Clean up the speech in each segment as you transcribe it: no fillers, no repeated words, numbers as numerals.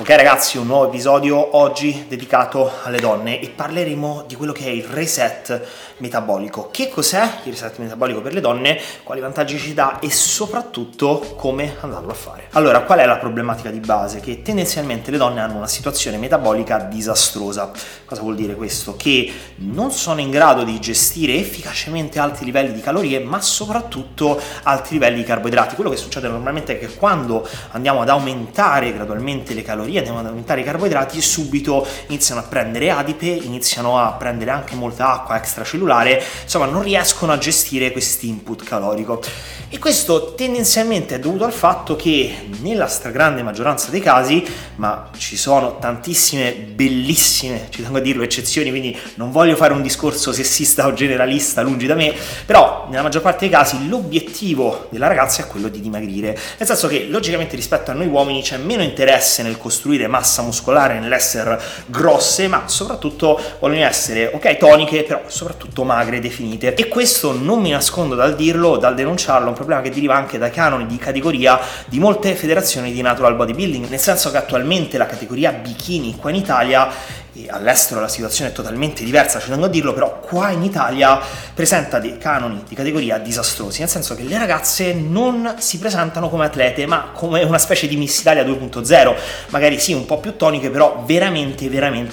Ok ragazzi, un nuovo episodio oggi dedicato alle donne e parleremo di quello che è il reset metabolico. Che cos'è il reset metabolico per le donne, quali vantaggi ci dà e soprattutto come andarlo a fare. Allora, qual è la problematica di base? Che tendenzialmente le donne hanno una situazione metabolica disastrosa. Cosa vuol dire questo? Che non sono in grado di gestire efficacemente alti livelli di calorie, ma soprattutto alti livelli di carboidrati. Quello che succede normalmente è che quando andiamo ad aumentare gradualmente le calorie, andiamo ad aumentare i carboidrati, subito iniziano a prendere adipe, iniziano a prendere anche molta acqua extracellulare, insomma non riescono a gestire questo input calorico. E questo tendenzialmente è dovuto al fatto che nella stragrande maggioranza dei casi, ma ci sono tantissime bellissime, ci tengo a dirlo, eccezioni, quindi non voglio fare un discorso sessista o generalista, lungi da me, però nella maggior parte dei casi l'obiettivo della ragazza è quello di dimagrire, nel senso che logicamente rispetto a noi uomini c'è meno interesse nel costruire massa muscolare, nell'essere grosse, ma soprattutto vogliono essere ok toniche, però soprattutto magre, definite. E questo non mi nascondo dal dirlo, dal denunciarlo, è un problema che deriva anche dai canoni di categoria di molte federazioni di natural bodybuilding, nel senso che attualmente la categoria bikini qua in Italia, e all'estero la situazione è totalmente diversa, ci tengo a dirlo, però qua in Italia presenta dei canoni di categoria disastrosi, nel senso che le ragazze non si presentano come atlete, ma come una specie di Miss Italia 2.0, magari sì un po' più toniche, però veramente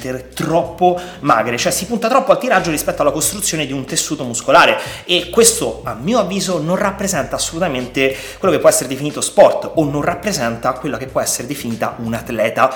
troppo magre, cioè si punta troppo al tiraggio rispetto alla costruzione di un tessuto muscolare, e questo a mio avviso non rappresenta assolutamente quello che può essere definito sport, o non rappresenta quella che può essere definita un atleta.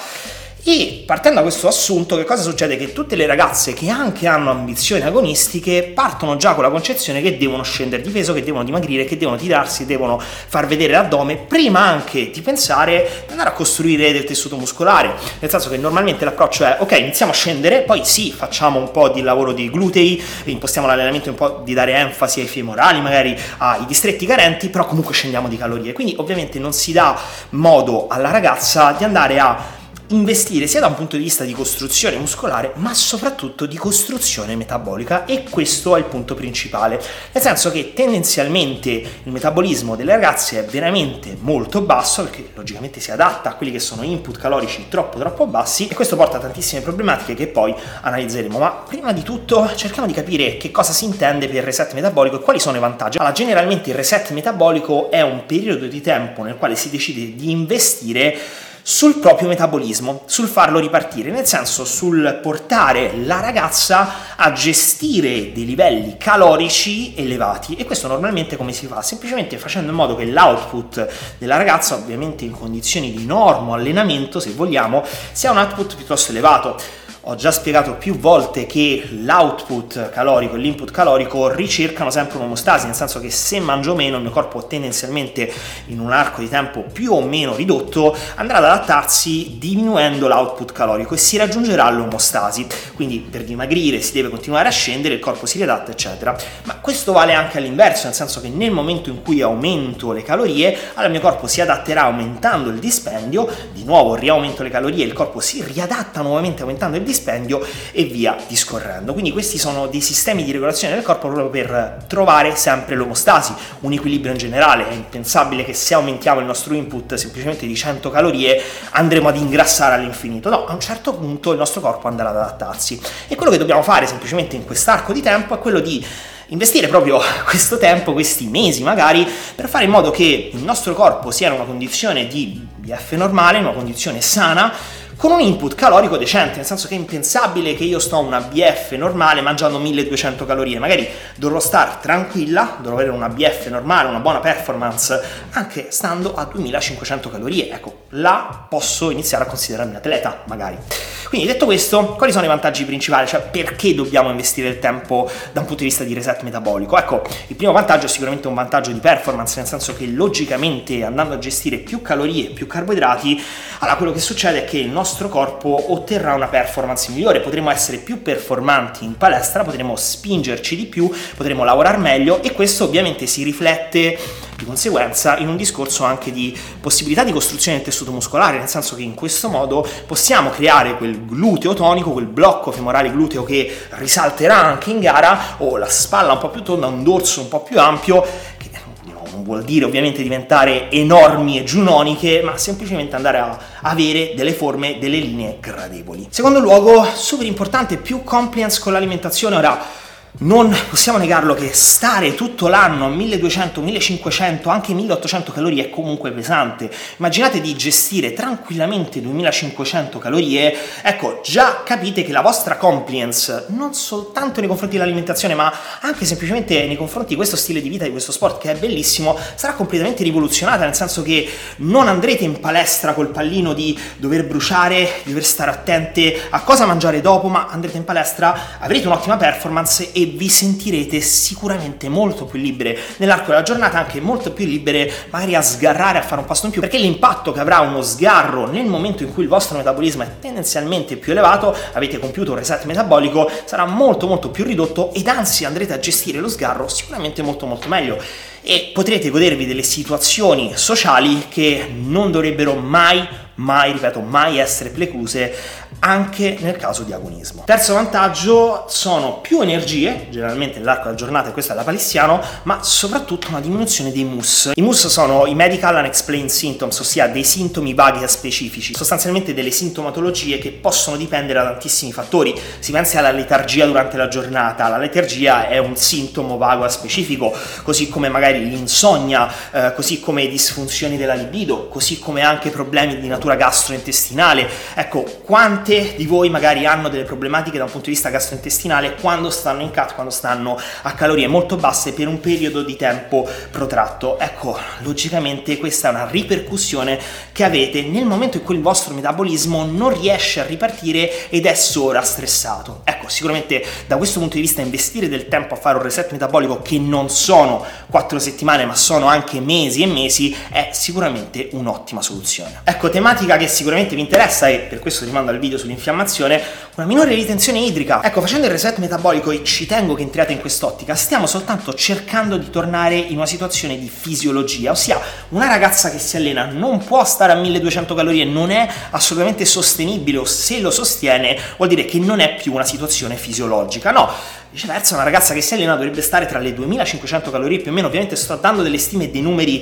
E partendo da questo assunto, che cosa succede? Che tutte le ragazze che anche hanno ambizioni agonistiche partono già con la concezione che devono scendere di peso, che devono dimagrire, che devono tirarsi, devono far vedere l'addome, prima anche di pensare di andare a costruire del tessuto muscolare, nel senso che normalmente l'approccio è ok, iniziamo a scendere, poi sì, facciamo un po' di lavoro dei glutei, impostiamo l'allenamento un po' di dare enfasi ai femorali, magari ai distretti carenti, però comunque scendiamo di calorie, quindi ovviamente non si dà modo alla ragazza di andare a investire sia da un punto di vista di costruzione muscolare, ma soprattutto di costruzione metabolica, e questo è il punto principale, nel senso che tendenzialmente il metabolismo delle ragazze è veramente molto basso, perché logicamente si adatta a quelli che sono input calorici troppo bassi, e questo porta a tantissime problematiche che poi analizzeremo. Ma prima di tutto cerchiamo di capire che cosa si intende per reset metabolico e quali sono i vantaggi. Allora, generalmente il reset metabolico è un periodo di tempo nel quale si decide di investire sul proprio metabolismo, sul farlo ripartire, nel senso sul portare la ragazza a gestire dei livelli calorici elevati. E questo normalmente come si fa? Semplicemente facendo in modo che l'output della ragazza, ovviamente in condizioni di normo allenamento se vogliamo, sia un output piuttosto elevato. Ho già spiegato più volte che l'output calorico e l'input calorico ricercano sempre un'omostasi, nel senso che se mangio meno il mio corpo tendenzialmente in un arco di tempo più o meno ridotto andrà ad adattarsi diminuendo l'output calorico e si raggiungerà l'omostasi. Quindi per dimagrire si deve continuare a scendere, il corpo si riadatta eccetera. Ma questo vale anche all'inverso, nel senso che nel momento in cui aumento le calorie, allora il mio corpo si adatterà aumentando il dispendio, di nuovo riaumento le calorie, il corpo si riadatta nuovamente aumentando il dispendio e via discorrendo. Quindi questi sono dei sistemi di regolazione del corpo proprio per trovare sempre l'omostasi, un equilibrio in generale. È impensabile che se aumentiamo il nostro input semplicemente di 100 calorie andremo ad ingrassare all'infinito. No, a un certo punto il nostro corpo andrà ad adattarsi, e quello che dobbiamo fare semplicemente in quest'arco di tempo è quello di investire proprio questo tempo, questi mesi magari, per fare in modo che il nostro corpo sia in una condizione di BF normale, in una condizione sana, con un input calorico decente, nel senso che è impensabile che io sto a una BF normale mangiando 1200 calorie, magari dovrò stare tranquilla, dovrò avere una BF normale, una buona performance anche stando a 2500 calorie, ecco, là posso iniziare a considerarmi atleta magari. Quindi detto questo, quali sono i vantaggi principali? Cioè perché dobbiamo investire il tempo da un punto di vista di reset metabolico? Ecco, il primo vantaggio è sicuramente un vantaggio di performance, nel senso che logicamente andando a gestire più calorie, più carboidrati, allora quello che succede è che il nostro corpo otterrà una performance migliore, potremo essere più performanti in palestra, potremo spingerci di più, potremo lavorare meglio, e questo ovviamente si riflette di conseguenza in un discorso anche di possibilità di costruzione del tessuto muscolare, nel senso che in questo modo possiamo creare quel gluteo tonico, quel blocco femorale gluteo che risalterà anche in gara, o la spalla un po' più tonda, un dorso un po' più ampio, che non vuol dire ovviamente diventare enormi e giunoniche, ma semplicemente andare a avere delle forme, delle linee gradevoli. Secondo luogo, super importante, più compliance con l'alimentazione. Ora, non possiamo negarlo che stare tutto l'anno a 1200, 1500, anche 1800 calorie è comunque pesante. Immaginate di gestire tranquillamente 2500 calorie, ecco, già capite che la vostra compliance, non soltanto nei confronti dell'alimentazione, ma anche semplicemente nei confronti di questo stile di vita, di questo sport che è bellissimo, sarà completamente rivoluzionata, nel senso che non andrete in palestra col pallino di dover bruciare, di dover stare attente a cosa mangiare dopo, ma andrete in palestra, avrete un'ottima performance e vi sentirete sicuramente molto più libere nell'arco della giornata, anche molto più libere magari a sgarrare, a fare un passo in più, perché l'impatto che avrà uno sgarro nel momento in cui il vostro metabolismo è tendenzialmente più elevato, avete compiuto un reset metabolico, sarà molto molto più ridotto ed anzi andrete a gestire lo sgarro sicuramente molto molto meglio e potrete godervi delle situazioni sociali che non dovrebbero mai, ripeto, mai essere precluse anche nel caso di agonismo. Terzo vantaggio sono più energie, generalmente nell'arco della giornata, e questo è la palissiano, ma soprattutto una diminuzione dei MUS. I MUS sono i Medical Unexplained Symptoms, ossia dei sintomi vaghi e specifici, sostanzialmente delle sintomatologie che possono dipendere da tantissimi fattori. Si pensi alla letargia durante la giornata, la letargia è un sintomo vago e specifico, così come magari l'insonnia, così come disfunzioni della libido, così come anche problemi di natura gastrointestinale. Ecco, quante di voi magari hanno delle problematiche da un punto di vista gastrointestinale quando stanno in cut, quando stanno a calorie molto basse per un periodo di tempo protratto? Ecco, logicamente questa è una ripercussione che avete nel momento in cui il vostro metabolismo non riesce a ripartire ed è sovrastressato. Ecco, sicuramente da questo punto di vista investire del tempo a fare un reset metabolico, che non sono 4 settimane ma sono anche mesi e mesi, è sicuramente un'ottima soluzione. Ecco, tematica che sicuramente vi interessa e per questo rimando al video sull'infiammazione, una minore ritenzione idrica. Ecco, facendo il reset metabolico, e ci tengo che entriate in quest'ottica, stiamo soltanto cercando di tornare in una situazione di fisiologia, ossia una ragazza che si allena non può stare a 1200 calorie, non è assolutamente sostenibile, o se lo sostiene vuol dire che non è più una situazione fisiologica. No, viceversa, una ragazza che si allena dovrebbe stare tra le 2500 calorie più o meno. Ovviamente sto dando delle stime e dei numeri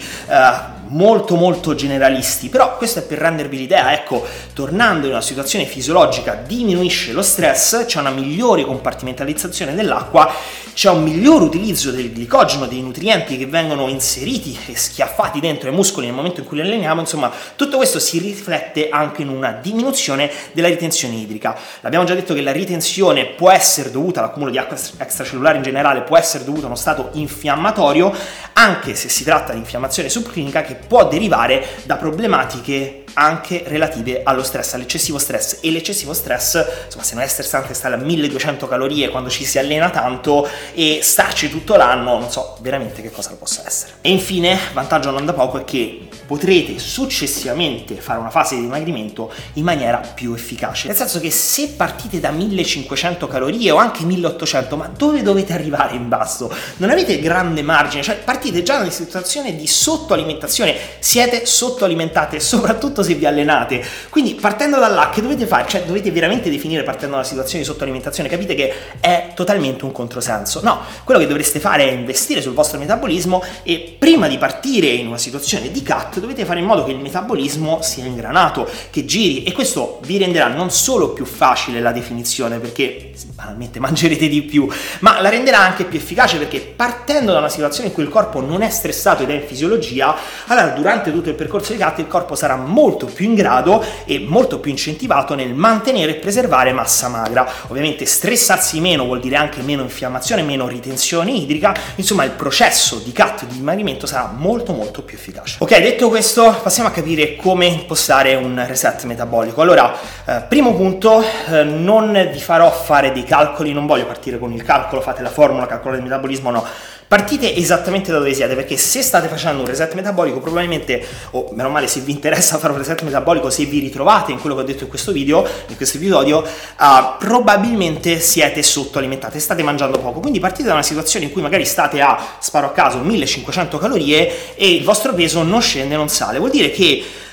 molto molto generalisti, però questo è per rendervi l'idea. Ecco, tornando in una situazione fisiologica diminuisce lo stress, c'è una migliore compartimentalizzazione dell'acqua, c'è un miglior utilizzo del glicogeno, dei nutrienti che vengono inseriti e schiaffati dentro ai muscoli nel momento in cui li alleniamo. Insomma, tutto questo si riflette anche in una diminuzione della ritenzione idrica. L'abbiamo già detto che la ritenzione può essere dovuta all'accumulo di acqua extracellulare in generale, può essere dovuta a uno stato infiammatorio, anche se si tratta di infiammazione subclinica che può derivare da problematiche anche relative allo stress, all'eccessivo stress. E l'eccessivo stress, insomma, se non è stressante stare a 1200 calorie quando ci si allena tanto e starci tutto l'anno, non so veramente che cosa possa essere. E infine, vantaggio non da poco è che potrete successivamente fare una fase di dimagrimento in maniera più efficace, nel senso che se partite da 1500 calorie o anche 1800, ma dove dovete arrivare in basso? Non avete grande margine, cioè partite già da una situazione di sottoalimentazione, siete sottoalimentate, soprattutto se vi allenate. Quindi partendo da là, che dovete fare? Cioè dovete veramente definire partendo da una situazione di sottoalimentazione? Capite che è totalmente un controsenso. No, quello che dovreste fare è investire sul vostro metabolismo e prima di partire in una situazione di cut dovete fare in modo che il metabolismo sia ingranato, che giri, e questo vi renderà non solo più facile la definizione, perché banalmente mangerete di più, ma la renderà anche più efficace, perché partendo da una situazione in cui il corpo non è stressato ed è in fisiologia, allora durante tutto il percorso di cut il corpo sarà molto più in grado e molto più incentivato nel mantenere e preservare massa magra. Ovviamente stressarsi meno vuol dire anche meno infiammazione, meno ritenzione idrica, insomma il processo di cut, di dimagrimento sarà molto molto più efficace. Ok, detto questo, passiamo a capire come impostare un reset metabolico. Allora, primo punto, non vi farò fare dei calcoli, non voglio partire con il calcolo, fate la formula, calcolate il metabolismo, no. Partite esattamente da dove siete, perché se state facendo un reset metabolico probabilmente, o meno male se vi interessa fare un reset metabolico, se vi ritrovate in quello che ho detto in questo video, in questo episodio, probabilmente siete sottoalimentati, state mangiando poco. Quindi partite da una situazione in cui magari state a, sparo a caso, 1500 calorie e il vostro peso non scende, non sale. Vuol dire che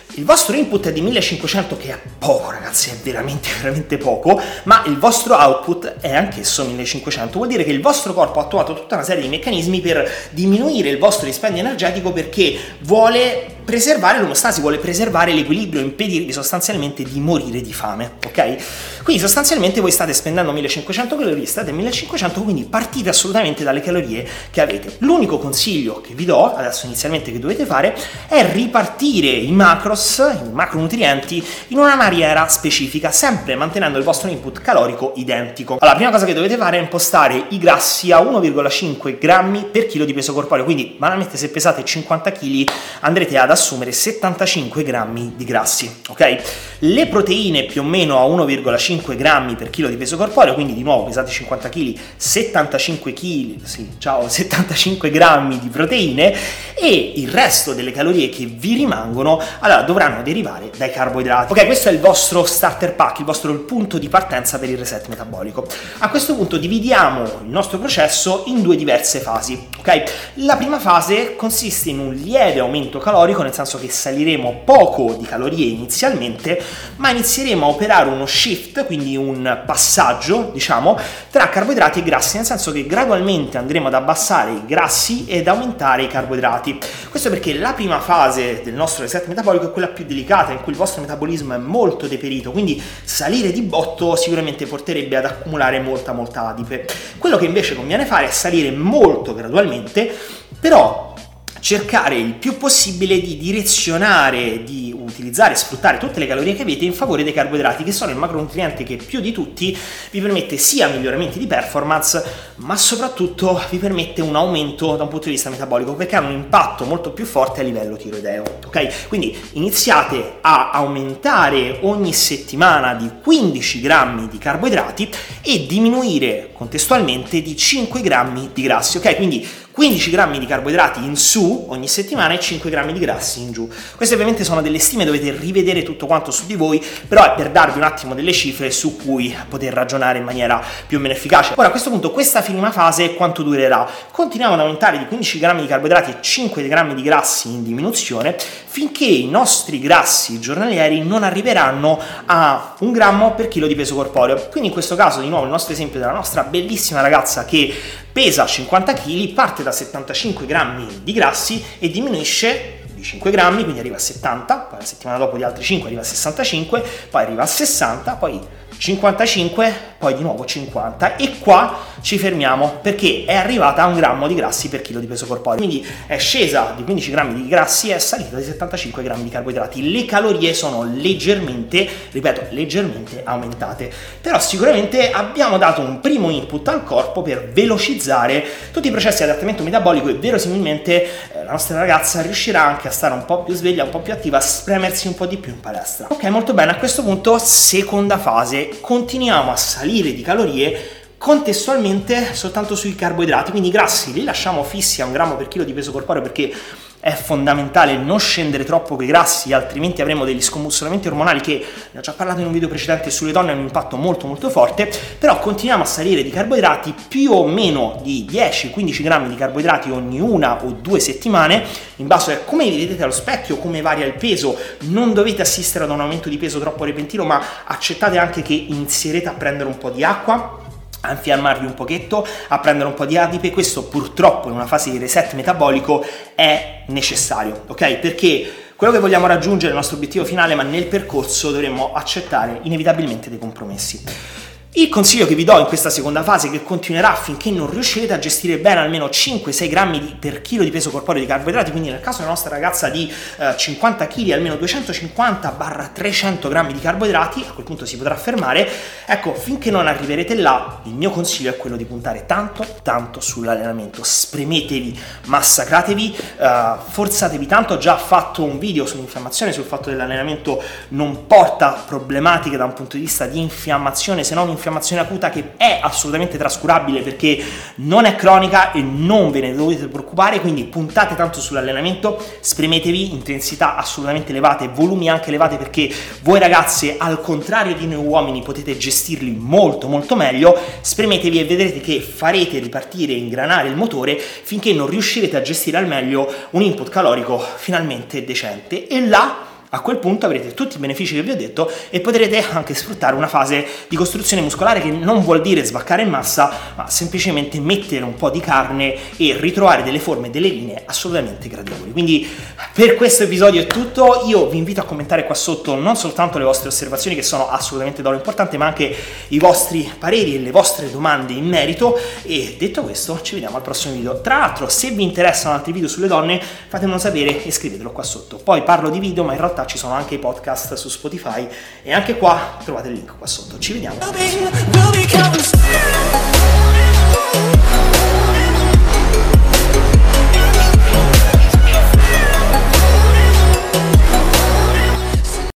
Il vostro input è di 1500, che è poco ragazzi, è veramente poco, ma il vostro output è anch'esso 1500, vuol dire che il vostro corpo ha attuato tutta una serie di meccanismi per diminuire il vostro dispendio energetico, perché vuole preservare l'omostasi, vuole preservare l'equilibrio, impedirvi sostanzialmente di morire di fame, ok? Quindi sostanzialmente voi state spendendo 1500 calorie, state 1500, quindi partite assolutamente dalle calorie che avete. L'unico consiglio che vi do adesso inizialmente che dovete fare è ripartire i macronutrienti in una maniera specifica, sempre mantenendo il vostro input calorico identico. Allora, la prima cosa che dovete fare è impostare i grassi a 1,5 grammi per chilo di peso corporeo, quindi banalmente se pesate 50 kg andrete ad assumere 75 grammi di grassi, ok? Le proteine più o meno a 1,5 grammi per chilo di peso corporeo, quindi di nuovo pesate 50 kg, 75 grammi di proteine, e il resto delle calorie che vi rimangono allora dovranno derivare dai carboidrati. Ok, questo è il vostro starter pack, il punto di partenza per il reset metabolico. A questo punto dividiamo il nostro processo in due diverse fasi, ok? La prima fase consiste in un lieve aumento calorico, nel senso che saliremo poco di calorie inizialmente, ma inizieremo a operare uno shift, quindi un passaggio, diciamo, tra carboidrati e grassi, nel senso che gradualmente andremo ad abbassare i grassi ed aumentare i carboidrati. Questo perché la prima fase del nostro reset metabolico è quella più delicata, in cui il vostro metabolismo è molto deperito, quindi salire di botto sicuramente porterebbe ad accumulare molta adipe. Quello che invece conviene fare è salire molto gradualmente, però cercare il più possibile di direzionare, di utilizzare e sfruttare tutte le calorie che avete in favore dei carboidrati, che sono il macronutriente che più di tutti vi permette sia miglioramenti di performance, ma soprattutto vi permette un aumento da un punto di vista metabolico, perché hanno un impatto molto più forte a livello tiroideo, ok? Quindi iniziate a aumentare ogni settimana di 15 grammi di carboidrati e diminuire contestualmente di 5 grammi di grassi, ok? Quindi 15 grammi di carboidrati in su ogni settimana e 5 grammi di grassi in giù. Queste ovviamente sono delle stime, dovete rivedere tutto quanto su di voi, però è per darvi un attimo delle cifre su cui poter ragionare in maniera più o meno efficace. Ora, a questo punto, questa prima fase quanto durerà? Continuiamo ad aumentare di 15 grammi di carboidrati e 5 grammi di grassi in diminuzione, finché i nostri grassi giornalieri non arriveranno a 1 grammo per chilo di peso corporeo. Quindi in questo caso, di nuovo, il nostro esempio della nostra bellissima ragazza che pesa 50 kg, parte da 75 grammi di grassi e diminuisce di 5 grammi, quindi arriva a 70, poi la settimana dopo di altri 5 arriva a 65, poi arriva a 60, poi 55, poi di nuovo 50, e qua ci fermiamo perché è arrivata a 1 grammo di grassi per chilo di peso corporeo, quindi è scesa di 15 grammi di grassi e è salita di 75 grammi di carboidrati. Le calorie sono leggermente, ripeto, leggermente aumentate, però sicuramente abbiamo dato un primo input al corpo per velocizzare tutti i processi di adattamento metabolico, e verosimilmente la nostra ragazza riuscirà anche a stare un po' più sveglia, un po' più attiva, a spremersi un po' di più in palestra. Ok, molto bene. A questo punto, seconda fase, continuiamo a salire di calorie contestualmente soltanto sui carboidrati, quindi i grassi li lasciamo fissi a 1 grammo per chilo di peso corporeo, perché è fondamentale non scendere troppo con i grassi, altrimenti avremo degli scombussolamenti ormonali che, ne ho già parlato in un video precedente, sulle donne hanno un impatto molto forte. Però continuiamo a salire di carboidrati più o meno di 10-15 grammi di carboidrati ogni 1 o 2 settimane, in base a come vi vedete allo specchio, come varia il peso. Non dovete assistere ad un aumento di peso troppo repentino, ma accettate anche che inizierete a prendere un po' di acqua, a infiammarvi un pochetto, a prendere un po' di adipe. Questo purtroppo in una fase di reset metabolico è necessario, ok? Perché quello che vogliamo raggiungere è il nostro obiettivo finale, ma nel percorso dovremo accettare inevitabilmente dei compromessi. Il consiglio che vi do in questa seconda fase, che continuerà finché non riuscirete a gestire bene almeno 5-6 grammi per chilo di peso corporeo di carboidrati, quindi nel caso della nostra ragazza di 50 kg almeno 250-300 grammi di carboidrati, a quel punto si potrà fermare. Ecco, finché non arriverete là, il mio consiglio è quello di puntare tanto sull'allenamento. Spremetevi, massacratevi, forzatevi tanto. Ho già fatto un video sull'infiammazione, sul fatto che l'allenamento non porta problematiche da un punto di vista di infiammazione, se non infiammazione acuta, che è assolutamente trascurabile perché non è cronica e non ve ne dovete preoccupare. Quindi puntate tanto sull'allenamento, spremetevi, intensità assolutamente elevate, volumi anche elevati, perché voi ragazze, al contrario di noi uomini, potete gestirli molto meglio. Spremetevi e vedrete che farete ripartire e ingranare il motore finché non riuscirete a gestire al meglio un input calorico finalmente decente, e là A quel punto avrete tutti i benefici che vi ho detto e potrete anche sfruttare una fase di costruzione muscolare, che non vuol dire svaccare in massa, ma semplicemente mettere un po' di carne e ritrovare delle forme e delle linee assolutamente gradevoli. Quindi per questo episodio è tutto. Io vi invito a commentare qua sotto non soltanto le vostre osservazioni, che sono assolutamente d'oro importante, ma anche i vostri pareri e le vostre domande in merito. E detto questo, ci vediamo al prossimo video. Tra l'altro, se vi interessano altri video sulle donne, fatemelo sapere e scrivetelo qua sotto. Poi parlo di video, ma in realtà ci sono anche i podcast su Spotify e anche qua trovate il link qua sotto. Ci vediamo.